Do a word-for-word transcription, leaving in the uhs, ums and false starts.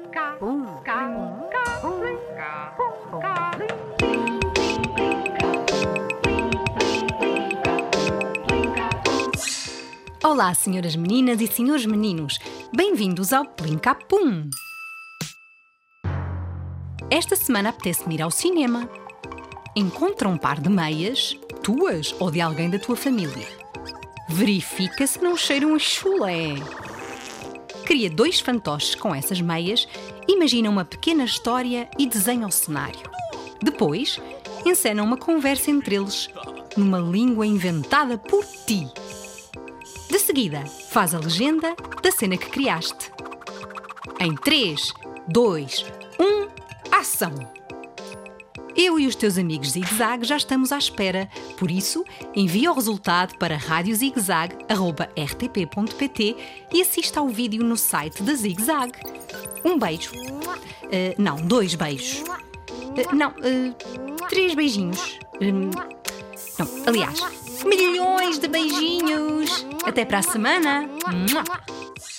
Olá, senhoras meninas e senhores meninos. Bem-vindos ao Plim-Cá-Pum. Esta semana apetece-me ir ao cinema. Encontra um par de meias, tuas ou de alguém da tua família. Verifica se não cheiram a chulé. Cria dois fantoches com essas meias, imagina uma pequena história e desenha o cenário. Depois, encena uma conversa entre eles, numa língua inventada por ti. De seguida, faz a legenda da cena que criaste. Em três, dois, um, ação! Eu e os teus amigos Zig-Zag já estamos à espera, por isso, envia o resultado para rádio zigzag arroba r t p ponto p t e assista ao vídeo no site da Zig-Zag. Um beijo. Uh, não, dois beijos. Uh, não, uh, três beijinhos. Uh, não, aliás, milhões de beijinhos. Até para a semana.